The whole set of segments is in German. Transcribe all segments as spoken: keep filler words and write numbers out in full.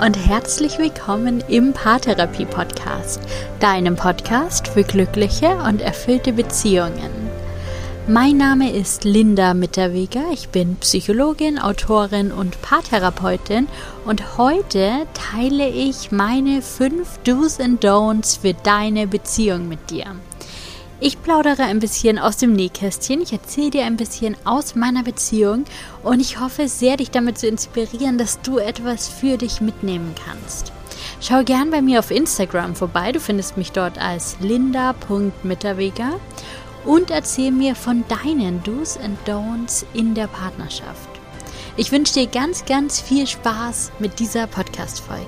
und herzlich willkommen im Paartherapie-Podcast, deinem Podcast für glückliche und erfüllte Beziehungen. Mein Name ist Linda Mitterweger, ich bin Psychologin, Autorin und Paartherapeutin und heute teile ich meine fünf Do's and Don'ts für deine Beziehung mit dir. Ich plaudere ein bisschen aus dem Nähkästchen, ich erzähle dir ein bisschen aus meiner Beziehung und ich hoffe sehr, dich damit zu inspirieren, dass du etwas für dich mitnehmen kannst. Schau gern bei mir auf Instagram vorbei, du findest mich dort als linda punkt mitterweger und erzähl mir von deinen Do's and Don'ts in der Partnerschaft. Ich wünsche dir ganz, ganz viel Spaß mit dieser Podcast-Folge.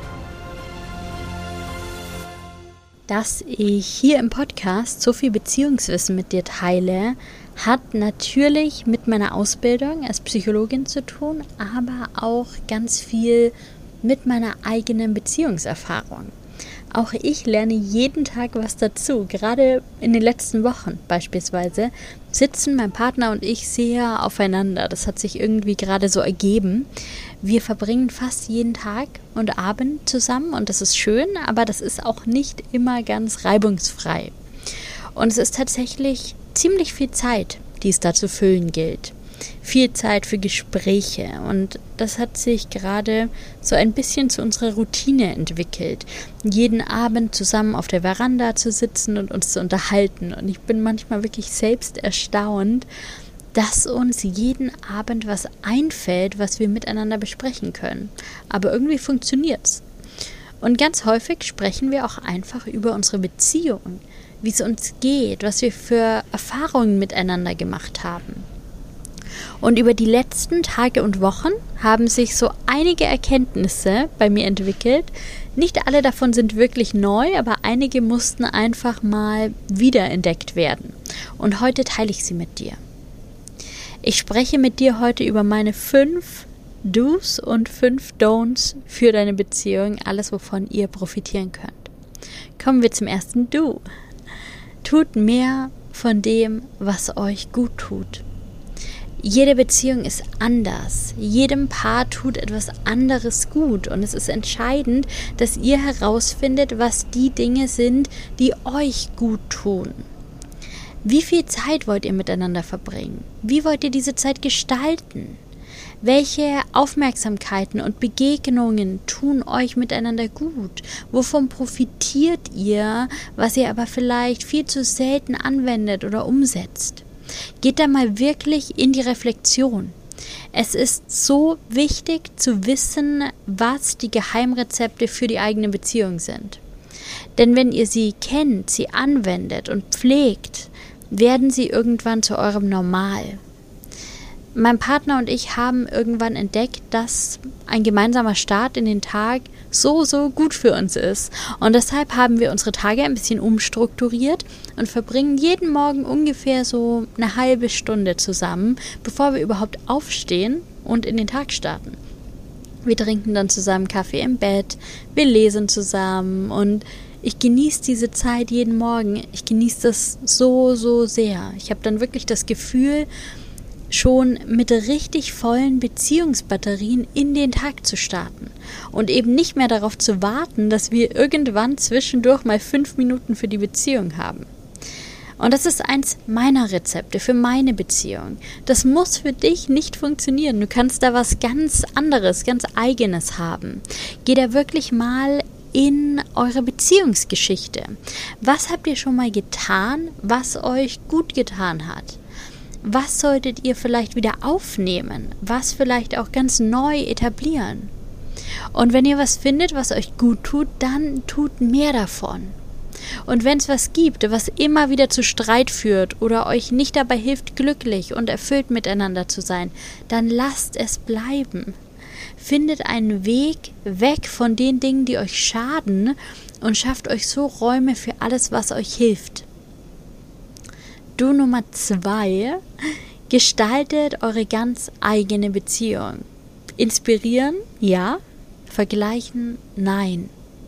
Dass ich hier im Podcast so viel Beziehungswissen mit dir teile, hat natürlich mit meiner Ausbildung als Psychologin zu tun, aber auch ganz viel mit meiner eigenen Beziehungserfahrung. Auch ich lerne jeden Tag was dazu. Gerade in den letzten Wochen beispielsweise sitzen mein Partner und ich sehr aufeinander. Das hat sich irgendwie gerade so ergeben. Wir verbringen fast jeden Tag und Abend zusammen und das ist schön, aber das ist auch nicht immer ganz reibungsfrei. Und es ist tatsächlich ziemlich viel Zeit, die es da zu füllen gilt. Viel Zeit für Gespräche und das hat sich gerade so ein bisschen zu unserer Routine entwickelt, jeden Abend zusammen auf der Veranda zu sitzen und uns zu unterhalten und ich bin manchmal wirklich selbst erstaunt, dass uns jeden Abend was einfällt, was wir miteinander besprechen können, aber irgendwie funktioniert's. Und ganz häufig sprechen wir auch einfach über unsere Beziehung, wie es uns geht, was wir für Erfahrungen miteinander gemacht haben. Und über die letzten Tage und Wochen haben sich so einige Erkenntnisse bei mir entwickelt. Nicht alle davon sind wirklich neu, aber einige mussten einfach mal wiederentdeckt werden. Und heute teile ich sie mit dir. Ich spreche mit dir heute über meine fünf Do's und fünf Don'ts für deine Beziehung, alles wovon ihr profitieren könnt. Kommen wir zum ersten Do. Tut mehr von dem, was euch gut tut. Jede Beziehung ist anders. Jedem Paar tut etwas anderes gut und es ist entscheidend, dass ihr herausfindet, was die Dinge sind, die euch gut tun. Wie viel Zeit wollt ihr miteinander verbringen? Wie wollt ihr diese Zeit gestalten? Welche Aufmerksamkeiten und Begegnungen tun euch miteinander gut? Wovon profitiert ihr, was ihr aber vielleicht viel zu selten anwendet oder umsetzt? Geht da mal wirklich in die Reflexion. Es ist so wichtig zu wissen, was die Geheimrezepte für die eigene Beziehung sind. Denn wenn ihr sie kennt, sie anwendet und pflegt, werden sie irgendwann zu eurem Normal. Mein Partner und ich haben irgendwann entdeckt, dass ein gemeinsamer Start in den Tag so, so gut für uns ist. Und deshalb haben wir unsere Tage ein bisschen umstrukturiert und verbringen jeden Morgen ungefähr so eine halbe Stunde zusammen, bevor wir überhaupt aufstehen und in den Tag starten. Wir trinken dann zusammen Kaffee im Bett, wir lesen zusammen und ich genieße diese Zeit jeden Morgen. Ich genieße das so, so sehr. Ich habe dann wirklich das Gefühl, schon mit richtig vollen Beziehungsbatterien in den Tag zu starten und eben nicht mehr darauf zu warten, dass wir irgendwann zwischendurch mal fünf Minuten für die Beziehung haben. Und das ist eins meiner Rezepte für meine Beziehung. Das muss für dich nicht funktionieren. Du kannst da was ganz anderes, ganz Eigenes haben. Geh da wirklich mal in eure Beziehungsgeschichte. Was habt ihr schon mal getan, was euch gut getan hat? Was solltet ihr vielleicht wieder aufnehmen? Was vielleicht auch ganz neu etablieren? Und wenn ihr was findet, was euch gut tut, dann tut mehr davon. Und wenn es was gibt, was immer wieder zu Streit führt oder euch nicht dabei hilft, glücklich und erfüllt miteinander zu sein, dann lasst es bleiben. Findet einen Weg weg von den Dingen, die euch schaden und schafft euch so Räume für alles, was euch hilft. Do Nummer zwei, gestaltet eure ganz eigene Beziehung. Inspirieren? Ja. Vergleichen? Nein.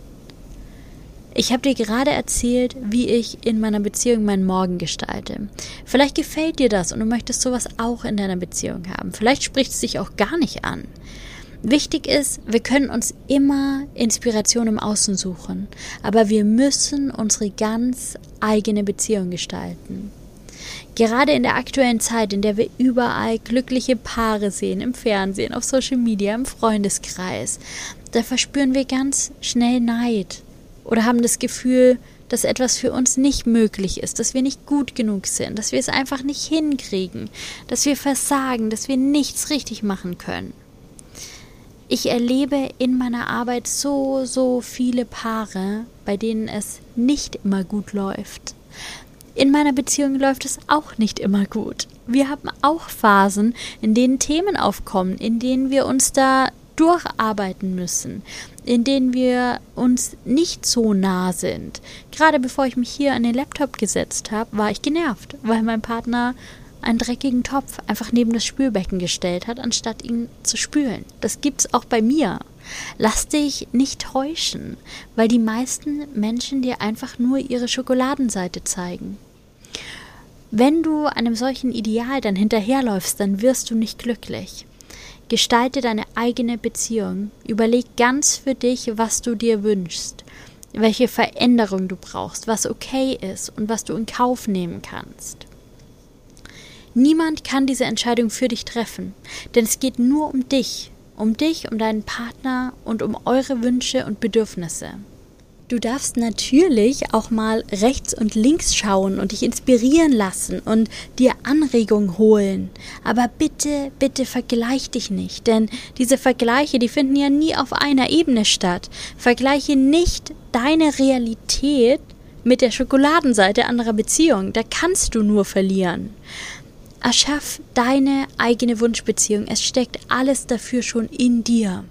Ich habe dir gerade erzählt, wie ich in meiner Beziehung meinen Morgen gestalte. Vielleicht gefällt dir das und du möchtest sowas auch in deiner Beziehung haben. Vielleicht spricht es dich auch gar nicht an. Wichtig ist, wir können uns immer Inspiration im Außen suchen, aber wir müssen unsere ganz eigene Beziehung gestalten. Gerade in der aktuellen Zeit, in der wir überall glückliche Paare sehen, im Fernsehen, auf Social Media, im Freundeskreis, da verspüren wir ganz schnell Neid oder haben das Gefühl, dass etwas für uns nicht möglich ist, dass wir nicht gut genug sind, dass wir es einfach nicht hinkriegen, dass wir versagen, dass wir nichts richtig machen können. Ich erlebe in meiner Arbeit so, so viele Paare, bei denen es nicht immer gut läuft. In meiner Beziehung läuft es auch nicht immer gut. Wir haben auch Phasen, in denen Themen aufkommen, in denen wir uns da durcharbeiten müssen, in denen wir uns nicht so nah sind. Gerade bevor ich mich hier an den Laptop gesetzt habe, war ich genervt, weil mein Partner einen dreckigen Topf einfach neben das Spülbecken gestellt hat, anstatt ihn zu spülen. Das gibt's auch bei mir. Lass dich nicht täuschen, weil die meisten Menschen dir einfach nur ihre Schokoladenseite zeigen. Wenn du einem solchen Ideal dann hinterherläufst, dann wirst du nicht glücklich. Gestalte deine eigene Beziehung. Überleg ganz für dich, was du dir wünschst, welche Veränderung du brauchst, was okay ist und was du in Kauf nehmen kannst. Niemand kann diese Entscheidung für dich treffen, denn es geht nur um dich, um dich, um deinen Partner und um eure Wünsche und Bedürfnisse. Du darfst natürlich auch mal rechts und links schauen und dich inspirieren lassen und dir Anregungen holen. Aber bitte, bitte vergleich dich nicht, denn diese Vergleiche, die finden ja nie auf einer Ebene statt. Vergleiche nicht deine Realität mit der Schokoladenseite anderer Beziehungen. Da kannst du nur verlieren. Erschaff deine eigene Wunschbeziehung. Es steckt alles dafür schon in dir.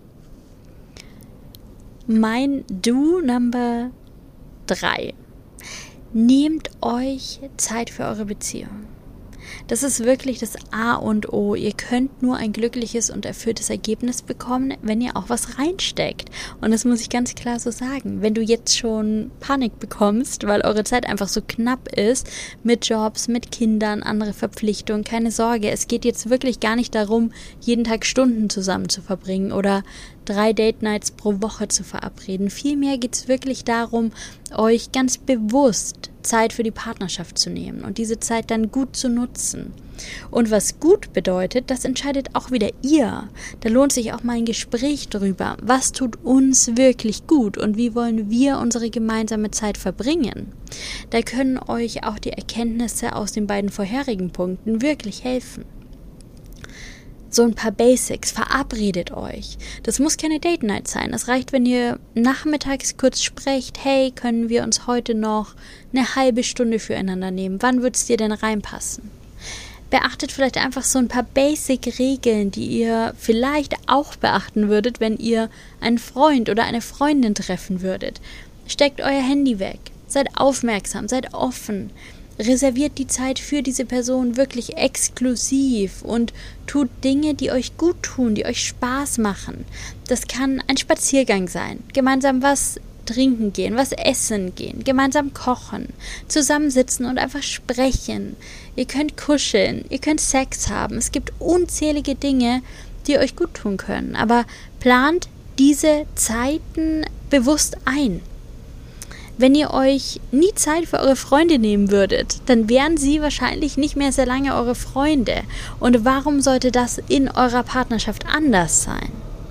Mein Do Number drei. Nehmt euch Zeit für eure Beziehung. Das ist wirklich das A und O. Ihr könnt nur ein glückliches und erfülltes Ergebnis bekommen, wenn ihr auch was reinsteckt. Und das muss ich ganz klar so sagen. Wenn du jetzt schon Panik bekommst, weil eure Zeit einfach so knapp ist, mit Jobs, mit Kindern, andere Verpflichtungen, keine Sorge. Es geht jetzt wirklich gar nicht darum, jeden Tag Stunden zusammen zu verbringen oder drei Date Nights pro Woche zu verabreden. Vielmehr geht es wirklich darum, euch ganz bewusst Zeit für die Partnerschaft zu nehmen und diese Zeit dann gut zu nutzen. Und was gut bedeutet, das entscheidet auch wieder ihr. Da lohnt sich auch mal ein Gespräch drüber. Was tut uns wirklich gut und wie wollen wir unsere gemeinsame Zeit verbringen? Da können euch auch die Erkenntnisse aus den beiden vorherigen Punkten wirklich helfen. So ein paar Basics, verabredet euch. Das muss keine Date Night sein. Es reicht, wenn ihr nachmittags kurz sprecht, hey, können wir uns heute noch eine halbe Stunde füreinander nehmen? Wann würde es dir denn reinpassen? Beachtet vielleicht einfach so ein paar Basic-Regeln, die ihr vielleicht auch beachten würdet, wenn ihr einen Freund oder eine Freundin treffen würdet. Steckt euer Handy weg, seid aufmerksam, seid offen. Reserviert die Zeit für diese Person wirklich exklusiv und tut Dinge, die euch gut tun, die euch Spaß machen. Das kann ein Spaziergang sein, gemeinsam was trinken gehen, was essen gehen, gemeinsam kochen, zusammensitzen und einfach sprechen. Ihr könnt kuscheln, ihr könnt Sex haben. Es gibt unzählige Dinge, die euch gut tun können. Aber plant diese Zeiten bewusst ein. Wenn ihr euch nie Zeit für eure Freunde nehmen würdet, dann wären sie wahrscheinlich nicht mehr sehr lange eure Freunde. Und warum sollte das in eurer Partnerschaft anders sein?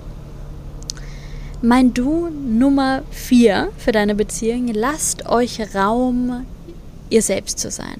Mein Do Nummer vier für deine Beziehung: Lasst euch Raum, ihr selbst zu sein.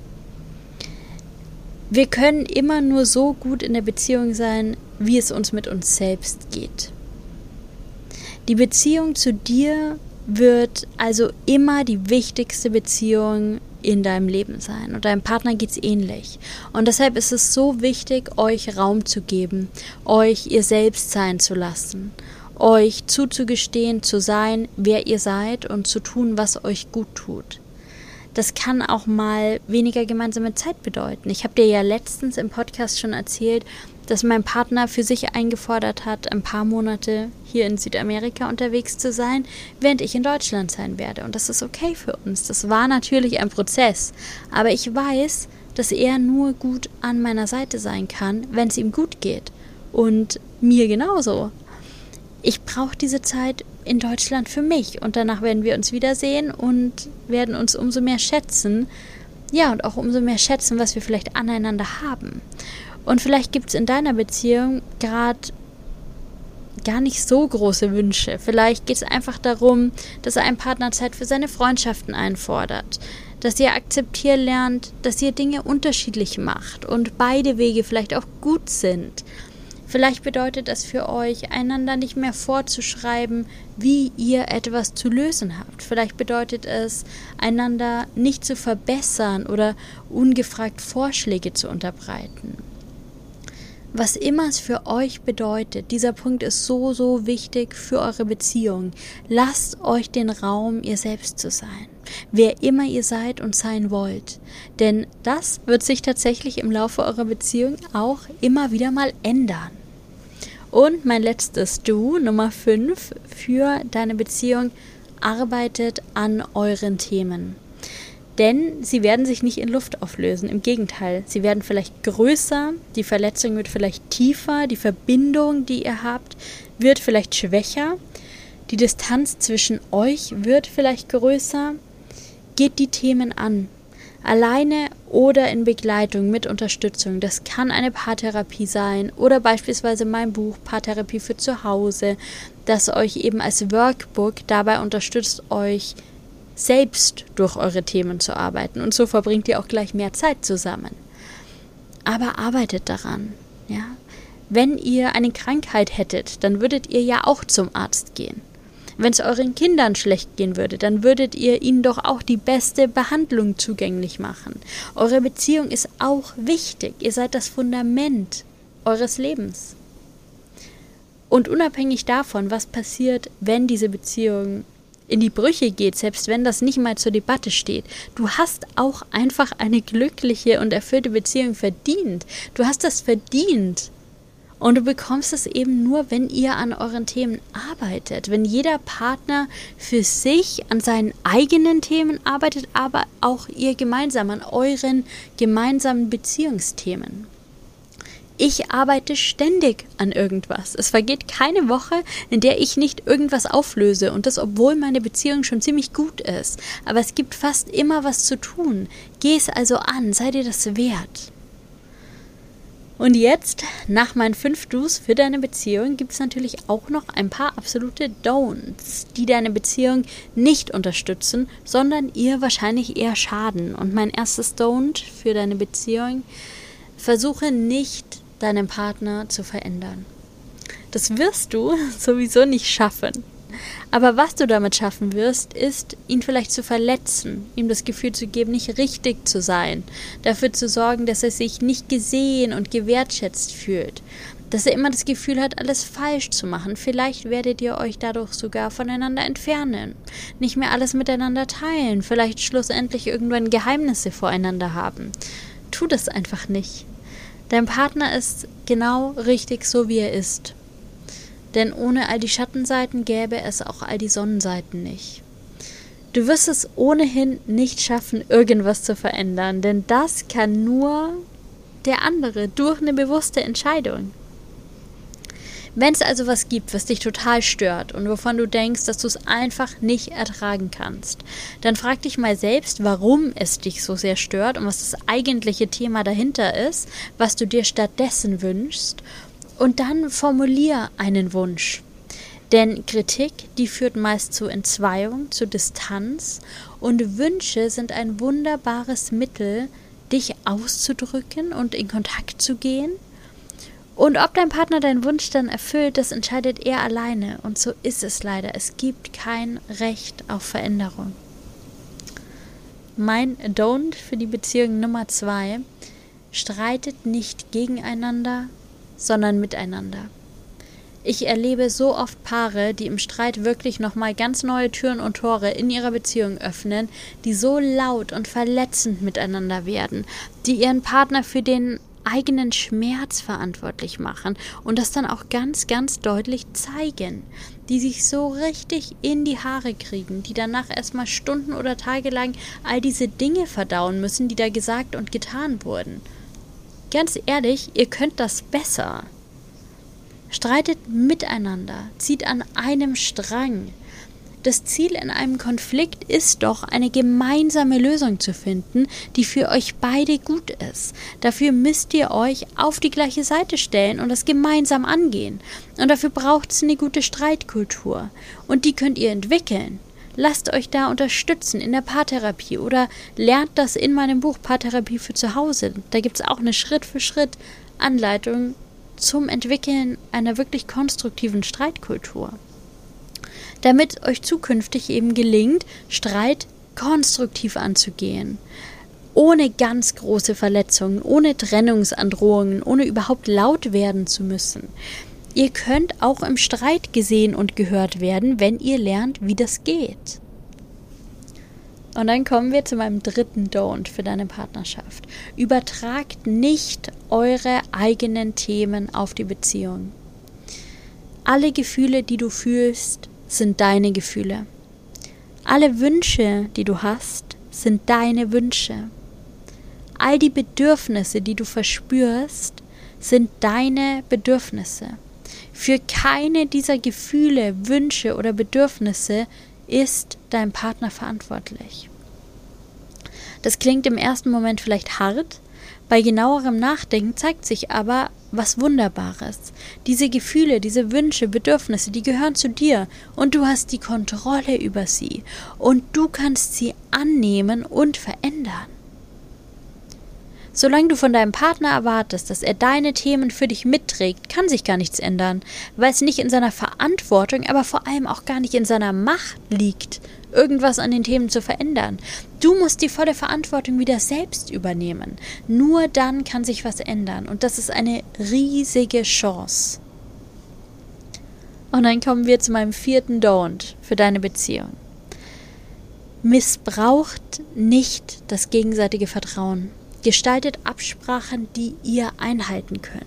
Wir können immer nur so gut in der Beziehung sein, wie es uns mit uns selbst geht. Die Beziehung zu dir wird also immer die wichtigste Beziehung in deinem Leben sein. Und deinem Partner geht es ähnlich. Und deshalb ist es so wichtig, euch Raum zu geben, euch ihr selbst sein zu lassen, euch zuzugestehen, zu sein, wer ihr seid und zu tun, was euch gut tut. Das kann auch mal weniger gemeinsame Zeit bedeuten. Ich habe dir ja letztens im Podcast schon erzählt, dass mein Partner für sich eingefordert hat, ein paar Monate hier in Südamerika unterwegs zu sein, während ich in Deutschland sein werde. Und das ist okay für uns. Das war natürlich ein Prozess. Aber ich weiß, dass er nur gut an meiner Seite sein kann, wenn es ihm gut geht. Und mir genauso. Ich brauche diese Zeit in Deutschland für mich und danach werden wir uns wiedersehen und werden uns umso mehr schätzen. Ja, und auch umso mehr schätzen, was wir vielleicht aneinander haben. Und vielleicht gibt es in deiner Beziehung gerade gar nicht so große Wünsche. Vielleicht geht es einfach darum, dass ein Partner Zeit für seine Freundschaften einfordert, dass ihr akzeptieren lernt, dass ihr Dinge unterschiedlich macht und beide Wege vielleicht auch gut sind. Vielleicht bedeutet das für euch, einander nicht mehr vorzuschreiben, wie ihr etwas zu lösen habt. Vielleicht bedeutet es, einander nicht zu verbessern oder ungefragt Vorschläge zu unterbreiten. Was immer es für euch bedeutet, dieser Punkt ist so, so wichtig für eure Beziehung. Lasst euch den Raum, ihr selbst zu sein. Wer immer ihr seid und sein wollt. Denn das wird sich tatsächlich im Laufe eurer Beziehung auch immer wieder mal ändern. Und mein letztes Du, Nummer fünf, für deine Beziehung, arbeitet an euren Themen. Denn sie werden sich nicht in Luft auflösen, im Gegenteil, sie werden vielleicht größer, die Verletzung wird vielleicht tiefer, die Verbindung, die ihr habt, wird vielleicht schwächer, die Distanz zwischen euch wird vielleicht größer. Geht die Themen an, alleine oder in Begleitung mit Unterstützung. Das kann eine Paartherapie sein oder beispielsweise mein Buch Paartherapie für zu Hause, das euch eben als Workbook dabei unterstützt, euch selbst durch eure Themen zu arbeiten. Und so verbringt ihr auch gleich mehr Zeit zusammen. Aber arbeitet daran. Ja? Wenn ihr eine Krankheit hättet, dann würdet ihr ja auch zum Arzt gehen. Wenn es euren Kindern schlecht gehen würde, dann würdet ihr ihnen doch auch die beste Behandlung zugänglich machen. Eure Beziehung ist auch wichtig. Ihr seid das Fundament eures Lebens. Und unabhängig davon, was passiert, wenn diese Beziehung in die Brüche geht, selbst wenn das nicht mal zur Debatte steht. Du hast auch einfach eine glückliche und erfüllte Beziehung verdient. Du hast das verdient. Und du bekommst es eben nur, wenn ihr an euren Themen arbeitet. Wenn jeder Partner für sich an seinen eigenen Themen arbeitet, aber auch ihr gemeinsam an euren gemeinsamen Beziehungsthemen. Ich arbeite ständig an irgendwas. Es vergeht keine Woche, in der ich nicht irgendwas auflöse. Und das, obwohl meine Beziehung schon ziemlich gut ist. Aber es gibt fast immer was zu tun. Geh es also an, sei dir das wert. Und jetzt, nach meinen fünf Do's für deine Beziehung, gibt es natürlich auch noch ein paar absolute Don'ts, die deine Beziehung nicht unterstützen, sondern ihr wahrscheinlich eher schaden. Und mein erstes Don't für deine Beziehung: Versuche nicht, deinen Partner zu verändern. Das wirst du sowieso nicht schaffen. Aber was du damit schaffen wirst, ist, ihn vielleicht zu verletzen, ihm das Gefühl zu geben, nicht richtig zu sein, dafür zu sorgen, dass er sich nicht gesehen und gewertschätzt fühlt, dass er immer das Gefühl hat, alles falsch zu machen. Vielleicht werdet ihr euch dadurch sogar voneinander entfernen, nicht mehr alles miteinander teilen, vielleicht schlussendlich irgendwann Geheimnisse voreinander haben. Tu das einfach nicht. Dein Partner ist genau richtig so, wie er ist. Denn ohne all die Schattenseiten gäbe es auch all die Sonnenseiten nicht. Du wirst es ohnehin nicht schaffen, irgendwas zu verändern, denn das kann nur der andere durch eine bewusste Entscheidung. Wenn es also was gibt, was dich total stört und wovon du denkst, dass du es einfach nicht ertragen kannst, dann frag dich mal selbst, warum es dich so sehr stört und was das eigentliche Thema dahinter ist, was du dir stattdessen wünschst, und dann formulier einen Wunsch. Denn Kritik, die führt meist zu Entzweiung, zu Distanz, und Wünsche sind ein wunderbares Mittel, dich auszudrücken und in Kontakt zu gehen. Und ob dein Partner deinen Wunsch dann erfüllt, das entscheidet er alleine. Und so ist es leider. Es gibt kein Recht auf Veränderung. Mein Don't für die Beziehung Nummer zwei: Streitet nicht gegeneinander, sondern miteinander. Ich erlebe so oft Paare, die im Streit wirklich nochmal ganz neue Türen und Tore in ihrer Beziehung öffnen, die so laut und verletzend miteinander werden, die ihren Partner für den eigenen Schmerz verantwortlich machen und das dann auch ganz, ganz deutlich zeigen, die sich so richtig in die Haare kriegen, die danach erstmal Stunden oder Tage lang all diese Dinge verdauen müssen, die da gesagt und getan wurden. Ganz ehrlich, ihr könnt das besser. Streitet miteinander, zieht an einem Strang. Das Ziel in einem Konflikt ist doch, eine gemeinsame Lösung zu finden, die für euch beide gut ist. Dafür müsst ihr euch auf die gleiche Seite stellen und das gemeinsam angehen. Und dafür braucht es eine gute Streitkultur. Und die könnt ihr entwickeln. Lasst euch da unterstützen in der Paartherapie oder lernt das in meinem Buch Paartherapie für zu Hause. Da gibt es auch eine Schritt-für-Schritt-Anleitung zum Entwickeln einer wirklich konstruktiven Streitkultur. Damit euch zukünftig eben gelingt, Streit konstruktiv anzugehen. Ohne ganz große Verletzungen, ohne Trennungsandrohungen, ohne überhaupt laut werden zu müssen. Ihr könnt auch im Streit gesehen und gehört werden, wenn ihr lernt, wie das geht. Und dann kommen wir zu meinem dritten Don't für deine Partnerschaft. Übertragt nicht eure eigenen Themen auf die Beziehung. Alle Gefühle, die du fühlst, sind deine Gefühle. Alle Wünsche, die du hast, sind deine Wünsche. All die Bedürfnisse, die du verspürst, sind deine Bedürfnisse. Für keine dieser Gefühle, Wünsche oder Bedürfnisse ist dein Partner verantwortlich. Das klingt im ersten Moment vielleicht hart, bei genauerem Nachdenken zeigt sich aber was Wunderbares. Diese Gefühle, diese Wünsche, Bedürfnisse, die gehören zu dir und du hast die Kontrolle über sie und du kannst sie annehmen und verändern. Solange du von deinem Partner erwartest, dass er deine Themen für dich mitträgt, kann sich gar nichts ändern, weil es nicht in seiner Verantwortung, aber vor allem auch gar nicht in seiner Macht liegt, irgendwas an den Themen zu verändern. Du musst die volle Verantwortung wieder selbst übernehmen. Nur dann kann sich was ändern und das ist eine riesige Chance. Und dann kommen wir zu meinem vierten Don't für deine Beziehung. Missbraucht nicht das gegenseitige Vertrauen. Gestaltet Absprachen, die ihr einhalten könnt.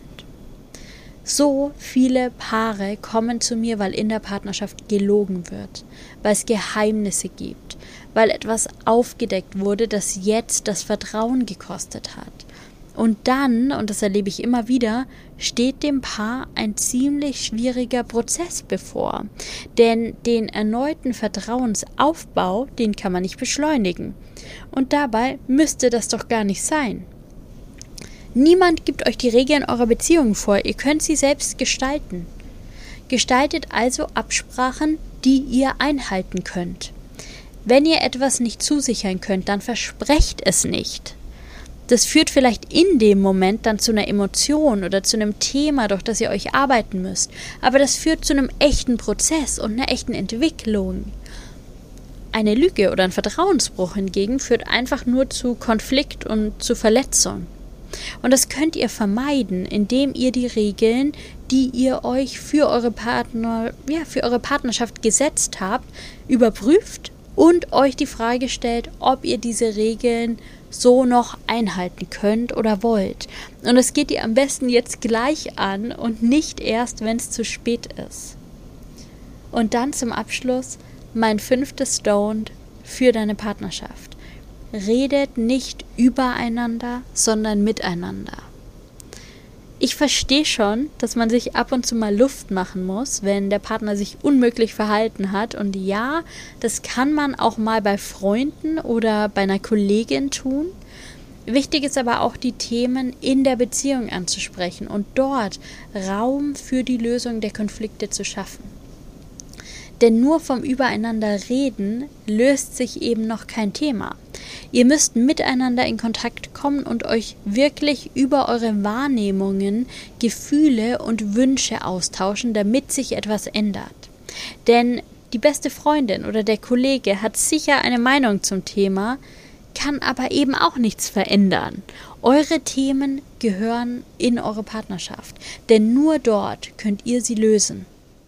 So viele Paare kommen zu mir, weil in der Partnerschaft gelogen wird, weil es Geheimnisse gibt, weil etwas aufgedeckt wurde, das jetzt das Vertrauen gekostet hat. Und dann, und das erlebe ich immer wieder, steht dem Paar ein ziemlich schwieriger Prozess bevor. Denn den erneuten Vertrauensaufbau, den kann man nicht beschleunigen. Und dabei müsste das doch gar nicht sein. Niemand gibt euch die Regeln eurer Beziehung vor, ihr könnt sie selbst gestalten. Gestaltet also Absprachen, die ihr einhalten könnt. Wenn ihr etwas nicht zusichern könnt, dann versprecht es nicht. Das führt vielleicht in dem Moment dann zu einer Emotion oder zu einem Thema, durch das ihr euch arbeiten müsst. Aber das führt zu einem echten Prozess und einer echten Entwicklung. Eine Lüge oder ein Vertrauensbruch hingegen führt einfach nur zu Konflikt und zu Verletzung. Und das könnt ihr vermeiden, indem ihr die Regeln, die ihr euch für eure Partner, ja, für eure Partnerschaft gesetzt habt, überprüft und euch die Frage stellt, ob ihr diese Regeln so noch einhalten könnt oder wollt. Und das geht ihr am besten jetzt gleich an und nicht erst, wenn es zu spät ist. Und dann zum Abschluss mein fünftes Don't für deine Partnerschaft. Redet nicht übereinander, sondern miteinander. Ich verstehe schon, dass man sich ab und zu mal Luft machen muss, wenn der Partner sich unmöglich verhalten hat. Und ja, das kann man auch mal bei Freunden oder bei einer Kollegin tun. Wichtig ist aber auch, die Themen in der Beziehung anzusprechen und dort Raum für die Lösung der Konflikte zu schaffen. Denn nur vom Übereinander reden löst sich eben noch kein Thema. Ihr müsst miteinander in Kontakt kommen und euch wirklich über eure Wahrnehmungen, Gefühle und Wünsche austauschen, damit sich etwas ändert. Denn die beste Freundin oder der Kollege hat sicher eine Meinung zum Thema, kann aber eben auch nichts verändern. Eure Themen gehören in eure Partnerschaft, denn nur dort könnt ihr sie lösen.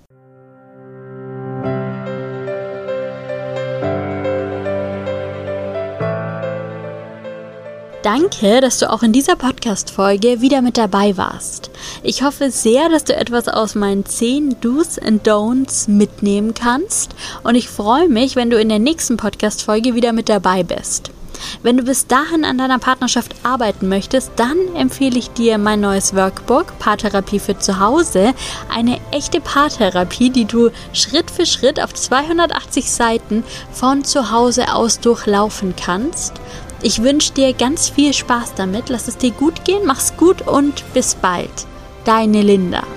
Danke, dass du auch in dieser Podcast-Folge wieder mit dabei warst. Ich hoffe sehr, dass du etwas aus meinen zehn Do's and Don'ts mitnehmen kannst und ich freue mich, wenn du in der nächsten Podcast-Folge wieder mit dabei bist. Wenn du bis dahin an deiner Partnerschaft arbeiten möchtest, dann empfehle ich dir mein neues Workbook Paartherapie für zu Hause. Eine echte Paartherapie, die du Schritt für Schritt auf zweihundertachtzig Seiten von zu Hause aus durchlaufen kannst. Ich wünsche dir ganz viel Spaß damit. Lass es dir gut gehen, mach's gut und bis bald. Deine Linda.